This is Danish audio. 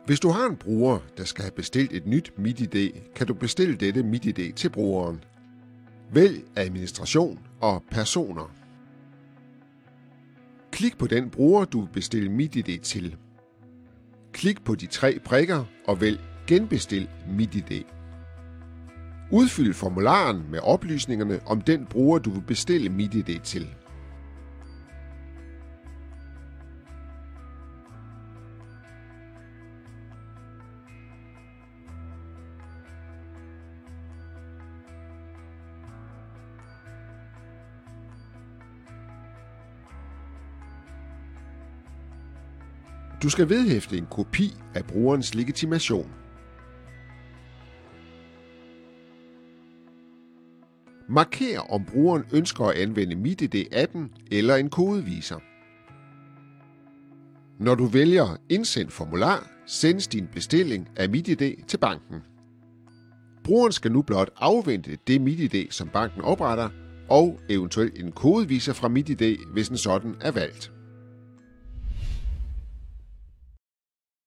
Hvis du har en bruger, der skal have bestilt et nyt MitID, kan du bestille dette MitID til brugeren. Vælg Administration og Personer. Klik på den bruger, du vil bestille MitID til. Klik på de 3 prikker og vælg Genbestil MitID. Udfyld formularen med oplysningerne om den bruger, du vil bestille MitID til. Du skal vedhæfte en kopi af brugerens legitimation. Marker om brugeren ønsker at anvende MitID-appen eller en kodeviser. Når du vælger Indsend formular, sendes din bestilling af MitID til banken. Brugeren skal nu blot afvente det MitID, som banken opretter, og eventuelt en kodeviser fra MitID, hvis en sådan er valgt.